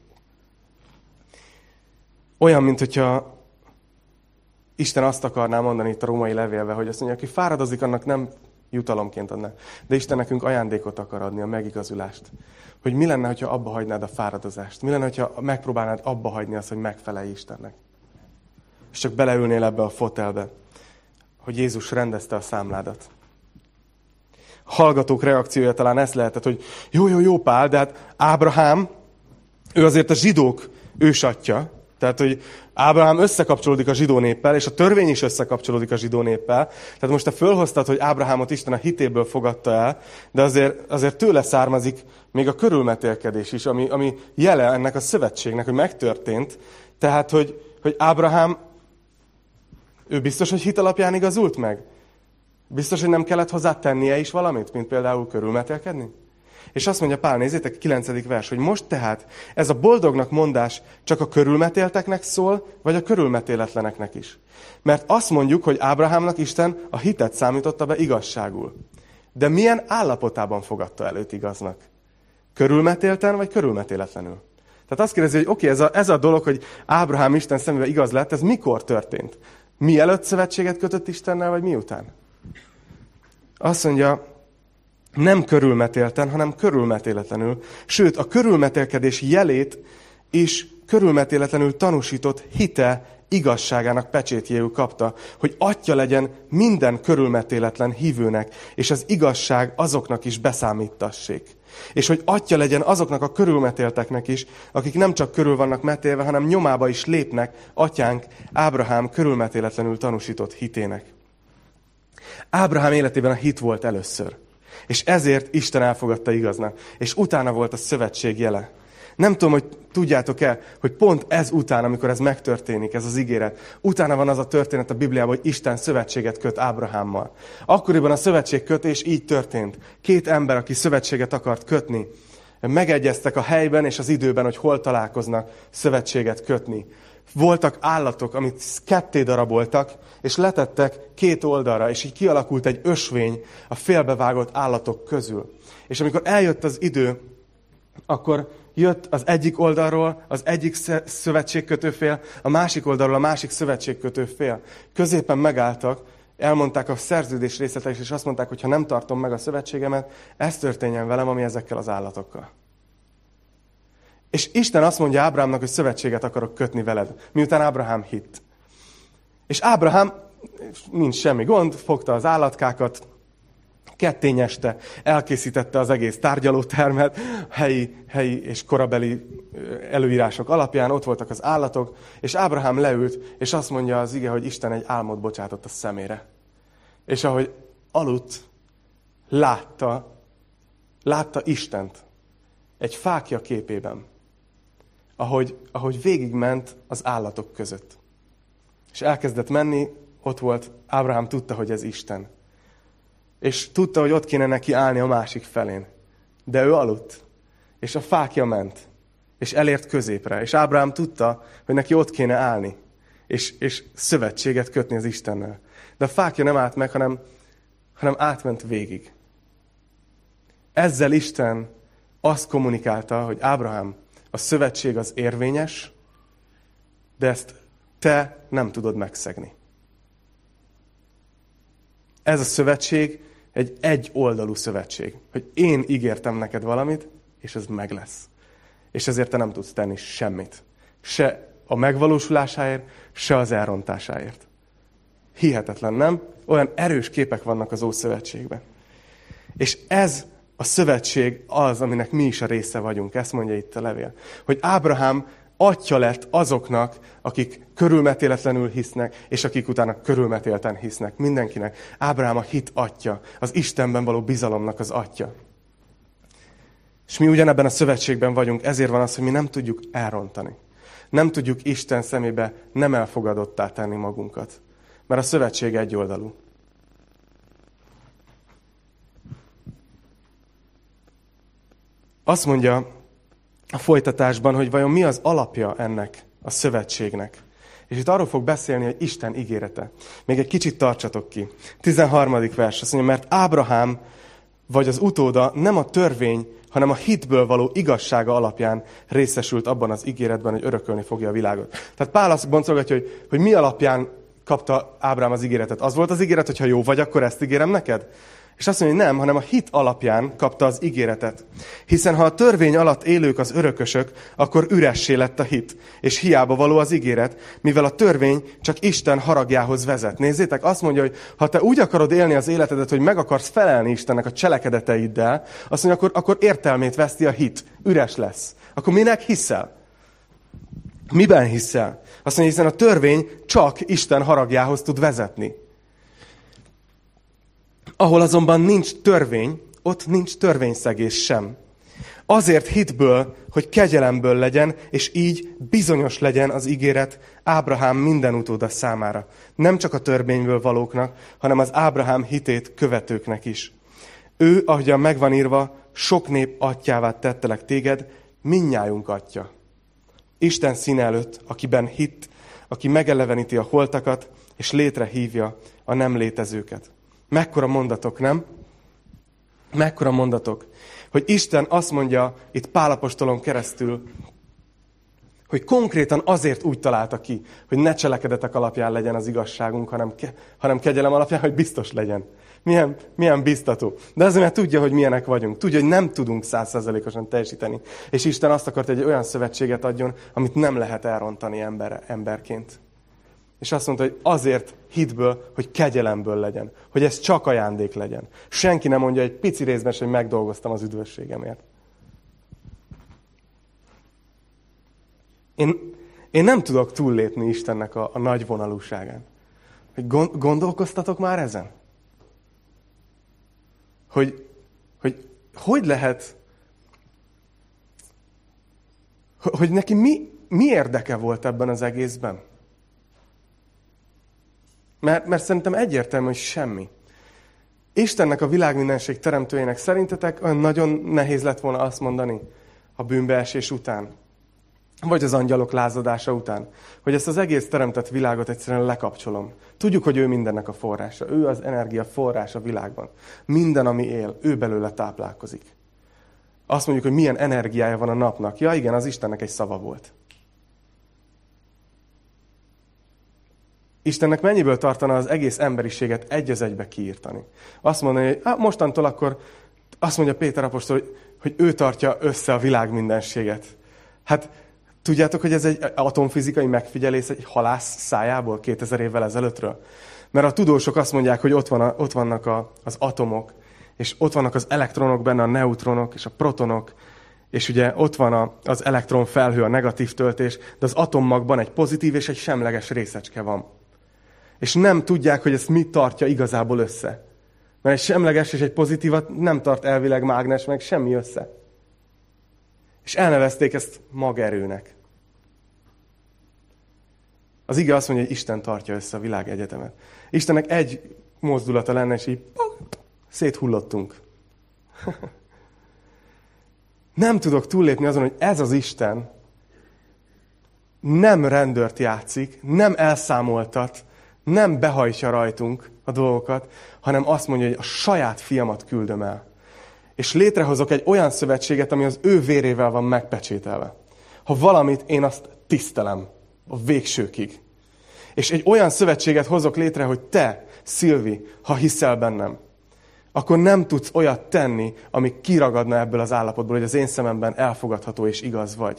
Olyan, mint hogyha Isten azt akarná mondani itt a római levélbe, hogy azt mondja, aki fáradozik, annak nem jutalomként adná. De Isten nekünk ajándékot akar adni, a megigazulást. Hogy mi lenne, ha abba hagynád a fáradozást? Mi lenne, ha megpróbálnád abba hagyni azt, hogy megfelelj Istennek? És csak beleülnél ebbe a fotelbe, hogy Jézus rendezte a számládat. A hallgatók reakciója talán ez lehetett, hogy jó, Pál, de hát Ábrahám, ő azért a zsidók ősatja. Tehát, hogy Ábrahám összekapcsolódik a zsidó néppel, és a törvény is összekapcsolódik a zsidó néppel. Tehát most te fölhoztad, hogy Ábrahámot Isten a hitéből fogadta el, de azért tőle származik még a körülmetélkedés is, ami jele ennek a szövetségnek, hogy megtörtént. Tehát, hogy Ábrahám, ő biztos, hogy hit alapján igazult meg? Biztos, hogy nem kellett hozzá tennie is valamit, mint például körülmetélkedni? És azt mondja Pál, nézzétek, 9. vers, hogy most tehát ez a boldognak mondás csak a körülmetélteknek szól, vagy a körülmetéletleneknek is. Mert azt mondjuk, hogy Ábrahámnak Isten a hitet számította be igazságul. De milyen állapotában fogadta el őt igaznak? Körülmetélten, vagy körülmetéletlenül? Tehát azt kérdezi, hogy oké, ez a dolog, hogy Ábrahám Isten szemébe igaz lett, ez mikor történt? Mielőtt szövetséget kötött Istennel, vagy miután? Azt mondja, nem körülmetélten, hanem körülmetéletlenül. Sőt, a körülmetélkedés jelét is körülmetéletlenül tanúsított hite igazságának pecsétjéül kapta, hogy atya legyen minden körülmetéletlen hívőnek, és az igazság azoknak is beszámítassék. És hogy atya legyen azoknak a körülmetélteknek is, akik nem csak körül vannak metélve, hanem nyomába is lépnek atyánk Ábrahám körülmetéletlenül tanúsított hitének. Ábrahám életében a hit volt először. És ezért Isten elfogadta igaznak. És utána volt a szövetség jele. Nem tudom, hogy tudjátok-e, hogy pont ez után, amikor ez megtörténik, ez az ígéret, utána van az a történet a Bibliában, hogy Isten szövetséget köt Ábrahámmal. Akkoriban a szövetségkötés így történt. Két ember, aki szövetséget akart kötni, megegyeztek a helyben és az időben, hogy hol találkoznak szövetséget kötni. Voltak állatok, amit ketté daraboltak, és letettek két oldalra, és így kialakult egy ösvény a félbevágott állatok közül. És amikor eljött az idő, akkor jött az egyik oldalról az egyik szövetségkötőfél, a másik oldalról a másik szövetségkötőfél. Középen megálltak, elmondták a szerződés részleteit, és azt mondták, hogy ha nem tartom meg a szövetségemet, ez történjen velem, ami ezekkel az állatokkal. És Isten azt mondja Ábrahámnak, hogy szövetséget akarok kötni veled, miután Ábrahám hitt. És Ábrahám, nincs semmi gond, fogta az állatkákat, kettényeste, elkészítette az egész tárgyalótermet, helyi és korabeli előírások alapján, ott voltak az állatok, és Ábrahám leült, és azt mondja az ige, hogy Isten egy álmot bocsátott a szemére. És ahogy aludt, látta Istent egy fákja képében, ahogy végigment az állatok között. És elkezdett menni, ott volt, Ábrahám tudta, hogy ez Isten. És tudta, hogy ott kéne neki állni a másik felén. De ő aludt, és a fákja ment, és elért középre. És Ábrahám tudta, hogy neki ott kéne állni, és szövetséget kötni az Istennel. De a fákja nem állt meg, hanem átment végig. Ezzel Isten azt kommunikálta, hogy Ábrahám, a szövetség az érvényes, de ezt te nem tudod megszegni. Ez a szövetség egy egyoldalú szövetség. Hogy én ígértem neked valamit, és ez meg lesz. És ezért te nem tudsz tenni semmit. Se a megvalósulásáért, se az elrontásáért. Hihetetlen, nem? Olyan erős képek vannak az Ószövetségben. És ez a szövetség az, aminek mi is a része vagyunk. Ezt mondja itt a levél. Hogy Ábrahám atya lett azoknak, akik körülmetéletlenül hisznek, és akik utána körülmetélten hisznek. Mindenkinek. Ábrahám a hit atya, az Istenben való bizalomnak az atya. És mi ugyanebben a szövetségben vagyunk, ezért van az, hogy mi nem tudjuk elrontani. Nem tudjuk Isten szemébe nem elfogadottá tenni magunkat. Mert a szövetség egyoldalú. Azt mondja a folytatásban, hogy vajon mi az alapja ennek a szövetségnek. És itt arról fog beszélni, hogy Isten ígérete. Még egy kicsit tartsatok ki. 13. vers azt mondja, mert Ábrahám vagy az utóda nem a törvény, hanem a hitből való igazsága alapján részesült abban az ígéretben, hogy örökölni fogja a világot. Tehát Pál azt boncolgatja, hogy mi alapján kapta Ábrahám az ígéretet. Az volt az ígéret, hogy ha jó vagy, akkor ezt ígérem neked? És azt mondja, hogy nem, hanem a hit alapján kapta az ígéretet. Hiszen ha a törvény alatt élők az örökösök, akkor üressé lett a hit, és hiába való az ígéret, mivel a törvény csak Isten haragjához vezet. Nézzétek, azt mondja, hogy ha te úgy akarod élni az életedet, hogy meg akarsz felelni Istennek a cselekedeteiddel, azt mondja, akkor értelmét veszti a hit, üres lesz. Akkor minek hiszel? Miben hiszel? Azt mondja, hiszen a törvény csak Isten haragjához tud vezetni. Ahol azonban nincs törvény, ott nincs törvényszegés sem. Azért hitből, hogy kegyelemből legyen, és így bizonyos legyen az ígéret Ábrahám minden utóda számára. Nem csak a törvényből valóknak, hanem az Ábrahám hitét követőknek is. Ő, ahogyan megvan írva, sok nép atyjává tettelek téged, mindnyájunk atya. Isten színe előtt, akiben hitt, aki megeleveníti a holtakat, és létrehívja a nem létezőket. Mekkora mondatok, nem? Mekkora mondatok, hogy Isten azt mondja itt Pál apostolon keresztül, hogy konkrétan azért úgy találta ki, hogy ne cselekedetek alapján legyen az igazságunk, hanem kegyelem alapján, hogy biztos legyen. Milyen biztató. De azért, mert tudja, hogy milyenek vagyunk. Tudja, hogy nem tudunk 100%-osan teljesíteni. És Isten azt akart, hogy egy olyan szövetséget adjon, amit nem lehet elrontani emberként. És azt mondta, hogy azért hitből, hogy kegyelemből legyen. Hogy ez csak ajándék legyen. Senki nem mondja egy pici részben, hogy megdolgoztam az üdvösségemért. Én nem tudok túllépni Istennek a nagy vonalúságán. Hogy gondolkoztatok már ezen? Hogy lehet, hogy neki mi érdeke volt ebben az egészben? Mert szerintem egyértelmű, hogy semmi. Istennek, a világmindenség teremtőjének szerintetek olyan nagyon nehéz lett volna azt mondani a bűnbeesés után, vagy az angyalok lázadása után, hogy ezt az egész teremtett világot egyszerűen lekapcsolom. Tudjuk, hogy ő mindennek a forrása. Ő az energia forrás a világban. Minden, ami él, ő belőle táplálkozik. Azt mondjuk, hogy milyen energiája van a napnak. Ja igen, az Istennek egy szava volt. Istennek mennyiből tartana az egész emberiséget egy az egybe kiírtani? Azt mondani, hogy mostantól akkor azt mondja Péter apostol, hogy ő tartja össze a világ mindenséget. Hát tudjátok, hogy ez egy atomfizikai megfigyelés egy halász szájából 2000 évvel ezelőttről? Mert a tudósok azt mondják, hogy ott vannak az atomok, és ott vannak az elektronok benne, a neutronok és a protonok, és ugye ott van az elektronfelhő, a negatív töltés, de az atommagban egy pozitív és egy semleges részecske van. És nem tudják, hogy ezt mit tartja igazából össze. Mert egy semleges és egy pozitívat nem tart elvileg mágnes, meg semmi össze. És elnevezték ezt magerőnek. Az ige azt mondja, hogy Isten tartja össze a világegyetemet. Istennek egy mozdulata lenne, és így széthullottunk. Nem tudok túllépni azon, hogy ez az Isten nem rendőrt játszik, nem elszámoltat, nem behajtja rajtunk a dolgokat, hanem azt mondja, hogy a saját fiamat küldöm el. És létrehozok egy olyan szövetséget, ami az ő vérével van megpecsételve. Ha valamit, én azt tisztelem a végsőkig. És egy olyan szövetséget hozok létre, hogy te, Szilvi, ha hiszel bennem, akkor nem tudsz olyat tenni, ami kiragadna ebből az állapotból, hogy az én szememben elfogadható és igaz vagy.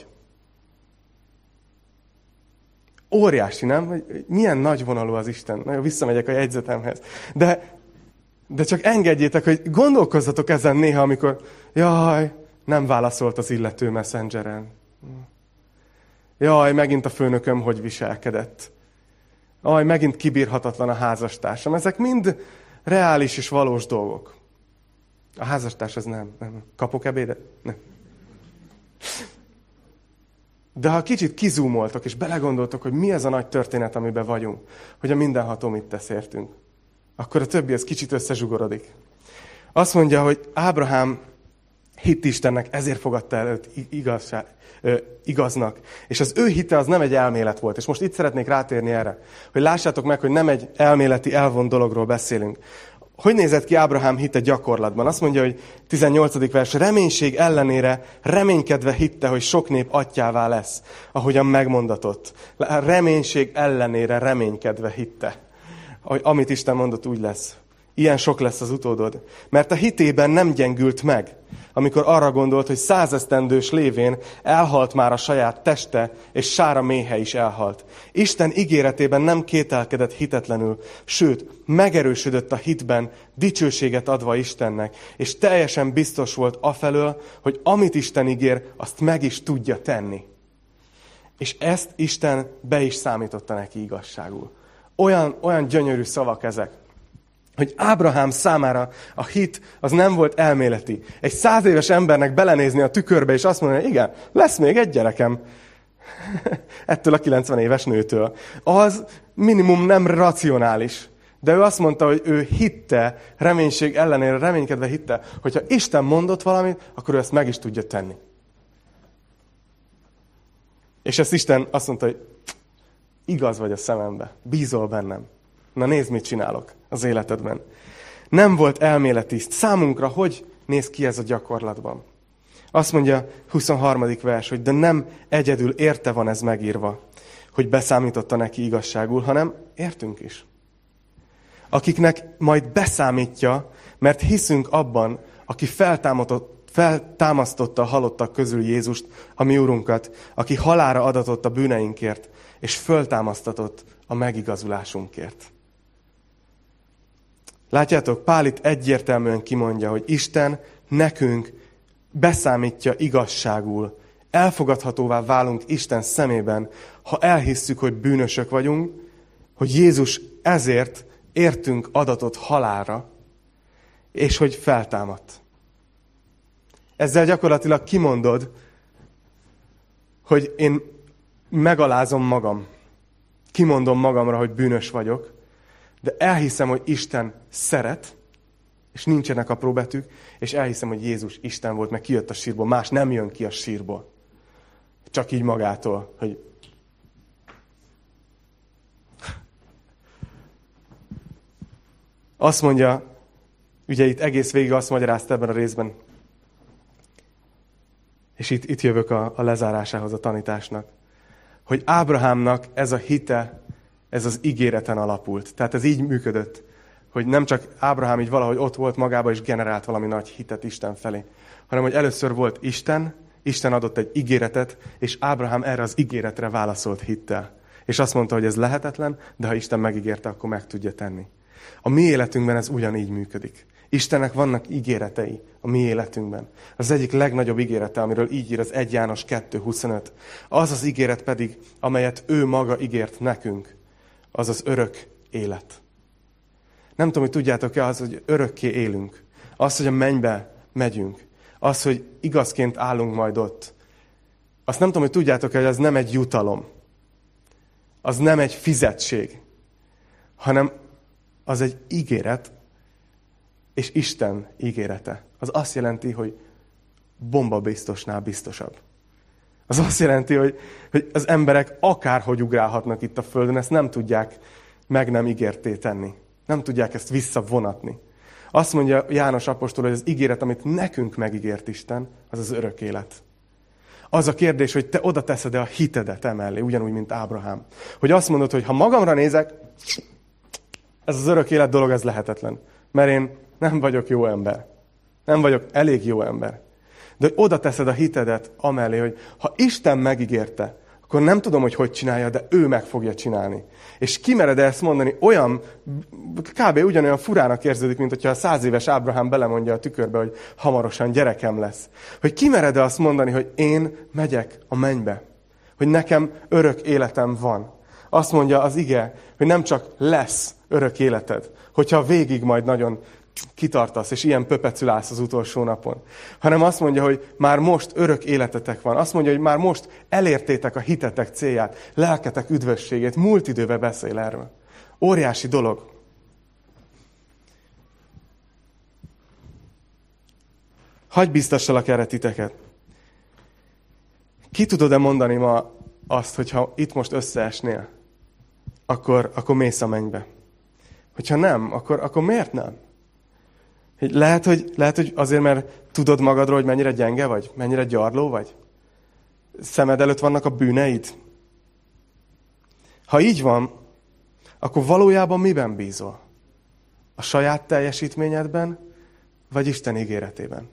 Óriási, nem? Milyen nagyvonalú az Isten. Nagyon visszamegyek a jegyzetemhez. De csak engedjétek, hogy gondolkozzatok ezen néha, amikor jaj, nem válaszolt az illető Messengeren. Jaj, megint a főnököm hogy viselkedett. Jaj, megint kibírhatatlan a házastársam. Ezek mind reális és valós dolgok. A házastárs az nem. Kapok ebédet? Nem. De ha kicsit kizúmoltok, és belegondoltok, hogy mi ez a nagy történet, amiben vagyunk, hogy a mindenható mit tesz értünk, akkor a többi az kicsit összezsugorodik. Azt mondja, hogy Ábrahám hitt Istennek, ezért fogadta el őt igaznak. És az ő hite az nem egy elmélet volt. És most itt szeretnék rátérni erre, hogy lássátok meg, hogy nem egy elméleti, elvont dologról beszélünk. Hogy nézett ki Ábrahám hite gyakorlatban? Azt mondja, hogy 18. vers, reménység ellenére reménykedve hitte, hogy sok nép atyjává lesz, ahogyan megmondatott. Reménység ellenére reménykedve hitte, hogy amit Isten mondott, úgy lesz. Ilyen sok lesz az utódod. Mert a hitében nem gyengült meg, amikor arra gondolt, hogy 100 esztendős lévén elhalt már a saját teste, és Sára méhe is elhalt. Isten ígéretében nem kételkedett hitetlenül, sőt, megerősödött a hitben, dicsőséget adva Istennek, és teljesen biztos volt afelől, hogy amit Isten ígér, azt meg is tudja tenni. És ezt Isten be is számította neki igazságul. Olyan gyönyörű szavak ezek, hogy Ábrahám számára a hit az nem volt elméleti. Egy 100 éves embernek belenézni a tükörbe, és azt mondani, hogy igen, lesz még egy gyerekem. Ettől a 90 éves nőtől. Az minimum nem racionális. De ő azt mondta, hogy ő hitte, reménység ellenére reménykedve hitte, hogyha Isten mondott valamit, akkor ő ezt meg is tudja tenni. És ezt Isten azt mondta, hogy igaz vagy a szemembe, bízol bennem. Na nézd, mit csinálok az életedben. Nem volt elméleti. Számunkra hogy néz ki ez a gyakorlatban? Azt mondja 23. vers, hogy de nem egyedül érte van ez megírva, hogy beszámította neki igazságul, hanem értünk is. Akiknek majd beszámítja, mert hiszünk abban, aki feltámasztotta a halottak közül Jézust, a mi Urunkat, aki halálra adatott a bűneinkért, és föltámasztatott a megigazulásunkért. Látjátok, Pál itt egyértelműen kimondja, hogy Isten nekünk beszámítja igazságul. Elfogadhatóvá válunk Isten szemében, ha elhisszük, hogy bűnösök vagyunk, hogy Jézus ezért értünk adatot halálra, és hogy feltámadt. Ezzel gyakorlatilag kimondod, hogy én megalázom magam. Kimondom magamra, hogy bűnös vagyok, de elhiszem, hogy Isten szeret, és nincsenek apróbetűk, és elhiszem, hogy Jézus Isten volt, meg kijött a sírból. Más nem jön ki a sírból. Csak így magától, hogy... Azt mondja, ugye itt egész végig azt magyarázta ebben a részben, és itt jövök a lezárásához a tanításnak, hogy Ábrahámnak ez a hite, ez az ígéreten alapult. Tehát ez így működött, hogy nem csak Ábrahám így valahogy ott volt magában, és generált valami nagy hitet Isten felé, hanem hogy először volt Isten, Isten adott egy ígéretet, és Ábrahám erre az ígéretre válaszolt hittel. És azt mondta, hogy ez lehetetlen, de ha Isten megígérte, akkor meg tudja tenni. A mi életünkben ez ugyanígy működik. Istennek vannak ígéretei a mi életünkben. Az egyik legnagyobb ígérete, amiről így ír az 1 János 2.25. Az az ígéret pedig, amelyet ő maga ígért nekünk, az az örök élet. Nem tudom, hogy tudjátok-e az, hogy örökké élünk. Az, hogy a mennybe megyünk. Az, hogy igazként állunk majd ott. Azt nem tudom, hogy tudjátok-e, hogy az nem egy jutalom. Az nem egy fizetség. Hanem az egy ígéret, és Isten ígérete. Az azt jelenti, hogy bomba biztosnál biztosabb. Az azt jelenti, hogy az emberek akárhogy ugrálhatnak itt a földön, ezt nem tudják meg nem ígérté tenni. Nem tudják ezt visszavonatni. Azt mondja János apostol, hogy az ígéret, amit nekünk megígért Isten, az az örök élet. Az a kérdés, hogy te oda teszed-e a hitedet emellé, ugyanúgy, mint Ábrahám. Hogy azt mondod, hogy ha magamra nézek, ez az örök élet dolog, ez lehetetlen. Mert én nem vagyok jó ember. Nem vagyok elég jó ember. De hogy oda teszed a hitedet amellé, hogy ha Isten megígérte, akkor nem tudom, hogy csinálja, de ő meg fogja csinálni. És kimered ezt mondani, olyan, kb. Ugyanolyan furának érződik, mint hogyha a 100 éves Ábrahám belemondja a tükörbe, hogy hamarosan gyerekem lesz. Hogy kimered azt mondani, hogy én megyek a mennybe. Hogy nekem örök életem van. Azt mondja az ige, hogy nem csak lesz örök életed, hogyha végig majd nagyon kitartasz, és ilyen pöpecülálsz az utolsó napon. Hanem azt mondja, hogy már most örök életetek van. Azt mondja, hogy már most elértétek a hitetek célját, lelketek üdvösségét. Múlt időben beszél erről. Óriási dolog. Hagyj biztassalak erre titeket. Ki tudod-e mondani ma azt, hogyha itt most összeesnél, akkor mész a mennybe? Hogyha nem, akkor miért nem? Lehet, hogy azért, mert tudod magadról, hogy mennyire gyenge vagy, mennyire gyarló vagy. Szemed előtt vannak a bűneid. Ha így van, akkor valójában miben bízol? A saját teljesítményedben, vagy Isten ígéretében?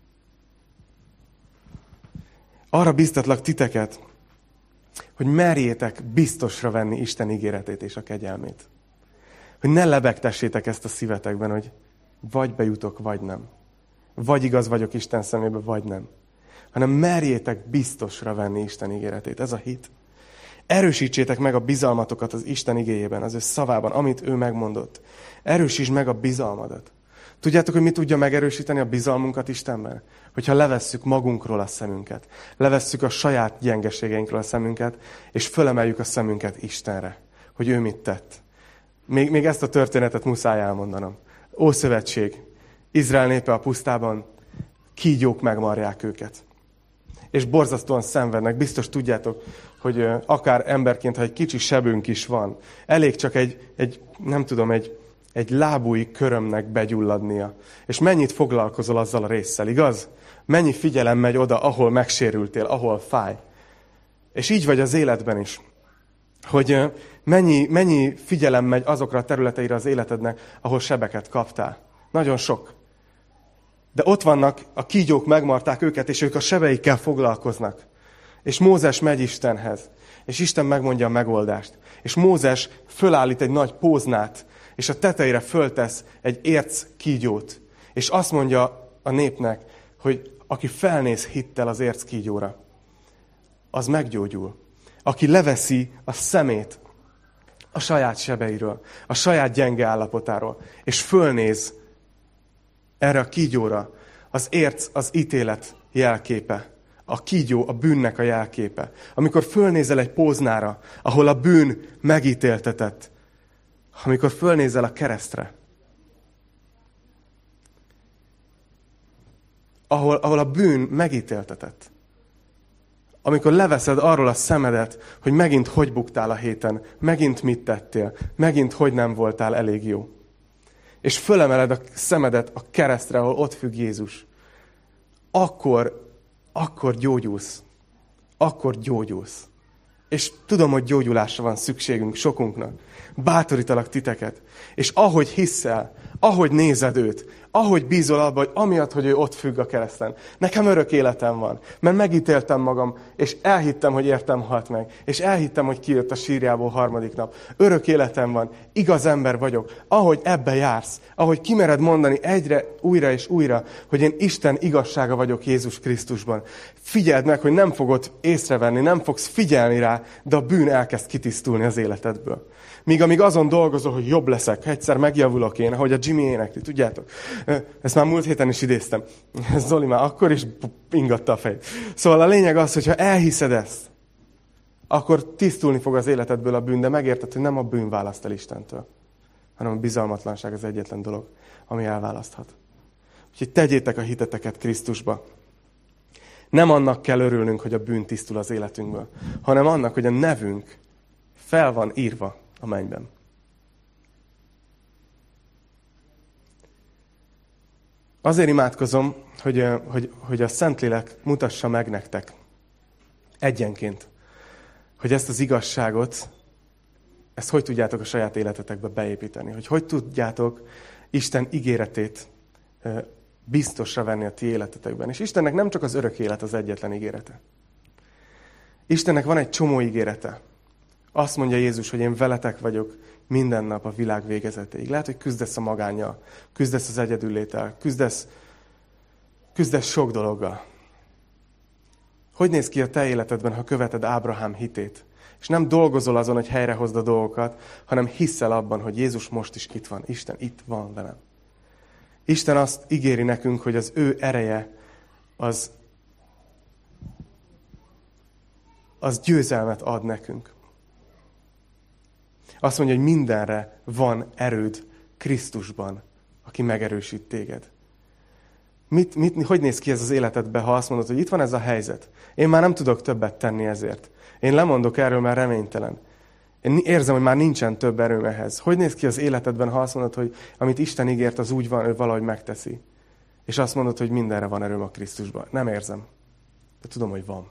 Arra biztatlak titeket, hogy merjétek biztosra venni Isten ígéretét és a kegyelmét. Hogy ne lebegtessétek ezt a szívetekben, hogy vagy bejutok, vagy nem. Vagy igaz vagyok Isten szemébe, vagy nem. Hanem merjétek biztosra venni Isten ígéretét. Ez a hit. Erősítsétek meg a bizalmatokat az Isten igéjében, az ő szavában, amit ő megmondott. Erősítsd meg a bizalmadat. Tudjátok, hogy mi tudja megerősíteni a bizalmunkat Istenben? Hogyha levesszük magunkról a szemünket. Levesszük a saját gyengeségeinkről a szemünket, és fölemeljük a szemünket Istenre. Hogy ő mit tett. Még ezt a történetet muszáj elmondanom. Ószövetség. Izrael népe a pusztában, kígyók megmarják őket. És borzasztóan szenvednek. Biztos tudjátok, hogy akár emberként, ha egy kicsi sebünk is van, elég csak egy lábúj körömnek begyulladnia. És mennyit foglalkozol azzal a résszel, igaz? Mennyi figyelem megy oda, ahol megsérültél, ahol fáj. És így vagy az életben is. Hogy mennyi figyelem megy azokra a területeire az életednek, ahol sebeket kaptál. Nagyon sok. De ott vannak, a kígyók megmarták őket, és ők a sebeikkel foglalkoznak. És Mózes megy Istenhez, és Isten megmondja a megoldást. És Mózes fölállít egy nagy póznát, és a tetejére föltesz egy érc kígyót. És azt mondja a népnek, hogy aki felnéz hittel az érc kígyóra, az meggyógyul. Aki leveszi a szemét a saját sebeiről, a saját gyenge állapotáról, és fölnéz erre a kígyóra, az érc az ítélet jelképe. A kígyó a bűnnek a jelképe. Amikor fölnézel egy póznára, ahol a bűn megítéltetett, amikor fölnézel a keresztre, ahol a bűn megítéltetett, amikor leveszed arról a szemedet, hogy megint hogy buktál a héten, megint mit tettél, megint hogy nem voltál elég jó. És fölemeled a szemedet a keresztre, ahol ott függ Jézus. Akkor gyógyulsz. Akkor gyógyulsz. És tudom, hogy gyógyulásra van szükségünk sokunknak. Bátorítalak titeket. És ahogy hiszel, ahogy nézed őt, ahogy bízol abba, hogy amiatt, hogy ő ott függ a kereszten. Nekem örök életem van, mert megítéltem magam, és elhittem, hogy értem halt meg. És elhittem, hogy kijött a sírjából harmadik nap. Örök életem van, igaz ember vagyok. Ahogy ebbe jársz, ahogy kimered mondani egyre újra és újra, hogy én Isten igazsága vagyok Jézus Krisztusban. Figyeld meg, hogy nem fogod észrevenni, nem fogsz figyelni rá, de a bűn elkezd kitisztulni az életedből. Míg amíg azon dolgozol, hogy jobb leszek, egyszer megjavulok én, ahogy a Jimmy énekli, tudjátok? Ezt már múlt héten is idéztem. Zoli már akkor is ingatta a fejét. Szóval a lényeg az, hogy ha elhiszed ezt, akkor tisztulni fog az életedből a bűn, de megérted, hogy nem a bűn választ el Istentől, hanem a bizalmatlanság az egyetlen dolog, ami elválaszthat. Úgyhogy tegyétek a hiteteket Krisztusba. Nem annak kell örülnünk, hogy a bűn tisztul az életünkből, hanem annak, hogy a nevünk fel van írva a mennyben. Azért imádkozom, hogy a Szentlélek mutassa meg nektek egyenként, hogy ezt az igazságot, ezt hogy tudjátok a saját életetekbe beépíteni, hogy tudjátok Isten ígéretét biztosra venni a ti életetekben. És Istennek nem csak az örök élet az egyetlen ígérete. Istennek van egy csomó ígérete. Azt mondja Jézus, hogy én veletek vagyok minden nap a világ végezetéig. Lehet, hogy küzdesz a magánnyal, küzdesz az egyedülléttel, küzdesz sok dologgal. Hogy néz ki a te életedben, ha követed Ábrahám hitét? És nem dolgozol azon, hogy helyrehozd a dolgokat, hanem hiszel abban, hogy Jézus most is itt van. Isten itt van velem. Isten azt ígéri nekünk, hogy az ő ereje az győzelmet ad nekünk. Azt mondja, hogy mindenre van erőd Krisztusban, aki megerősít téged. Hogy néz ki ez az életedben, ha azt mondod, hogy itt van ez a helyzet? Én már nem tudok többet tenni ezért. Én lemondok erről, mert reménytelen. Én érzem, hogy már nincsen több erőm ehhez. Hogy néz ki az életedben, ha azt mondod, hogy amit Isten ígért, az úgy van, ő valahogy megteszi. És azt mondod, hogy mindenre van erőm a Krisztusban. Nem érzem. De tudom, hogy van.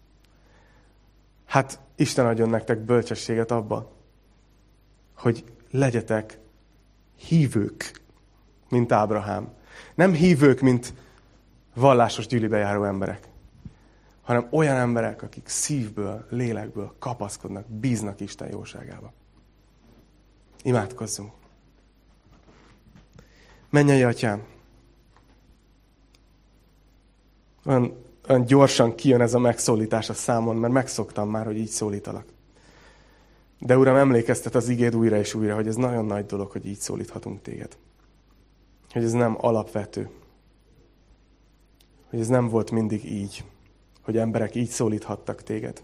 Hát Isten adjon nektek bölcsességet abba, hogy legyetek hívők, mint Ábrahám. Nem hívők, mint vallásos gyűlibe járó emberek, hanem olyan emberek, akik szívből, lélekből kapaszkodnak, bíznak Isten jóságába. Imádkozzunk. Mennyei Atyám, olyan gyorsan kijön ez a megszólítás a számon, mert megszoktam már, hogy így szólítalak. De Uram, emlékeztet az igéd újra és újra, hogy ez nagyon nagy dolog, hogy így szólíthatunk téged. Hogy ez nem alapvető. Hogy ez nem volt mindig így. Hogy emberek így szólíthattak téged.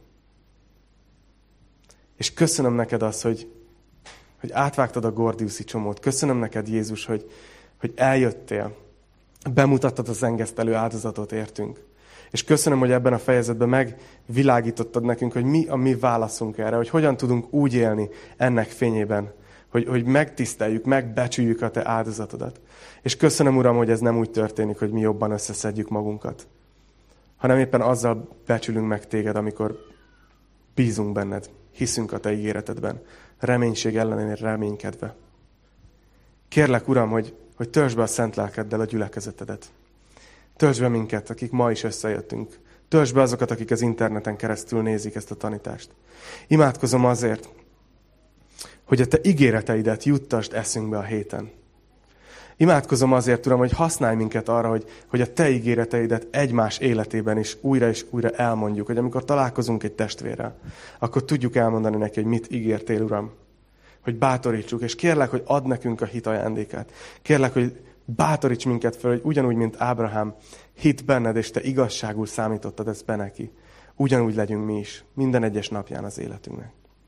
És köszönöm neked azt, hogy átvágtad a gordiuszi csomót. Köszönöm neked, Jézus, hogy eljöttél. Bemutattad az engesztelő áldozatot értünk. És köszönöm, hogy ebben a fejezetben megvilágítottad nekünk, hogy mi a mi válaszunk erre, hogy hogyan tudunk úgy élni ennek fényében, hogy megtiszteljük, megbecsüljük a te áldozatodat. És köszönöm, Uram, hogy ez nem úgy történik, hogy mi jobban összeszedjük magunkat, hanem éppen azzal becsülünk meg téged, amikor bízunk benned, hiszünk a te ígéretedben, reménység ellenére reménykedve. Kérlek, Uram, hogy töltsd be a szent lelkeddel a gyülekezetedet. Töltsd be minket, akik ma is összejöttünk. Töltsd be azokat, akik az interneten keresztül nézik ezt a tanítást. Imádkozom azért, hogy a Te ígéreteidet juttasd eszünkbe a héten. Imádkozom azért, Uram, hogy használj minket arra, hogy a Te ígéreteidet egymás életében is újra és újra elmondjuk, hogy amikor találkozunk egy testvérrel, akkor tudjuk elmondani neki, hogy mit ígértél, Uram. Hogy bátorítsuk, és kérlek, hogy add nekünk a hit ajándékát. Kérlek, hogy bátoríts minket fel, hogy ugyanúgy, mint Ábrahám, hit benned, és Te igazságul számítottad ezt be neki. Ugyanúgy legyünk mi is, minden egyes napján az életünknek.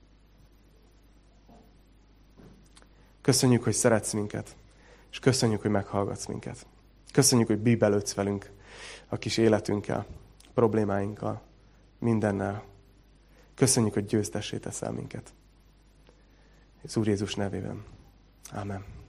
Köszönjük, hogy szeretsz minket, és köszönjük, hogy meghallgatsz minket. Köszönjük, hogy bíbelődsz velünk a kis életünkkel, problémáinkkal, mindennel. Köszönjük, hogy győztessé teszel minket. Az Úr Jézus nevében. Ámen.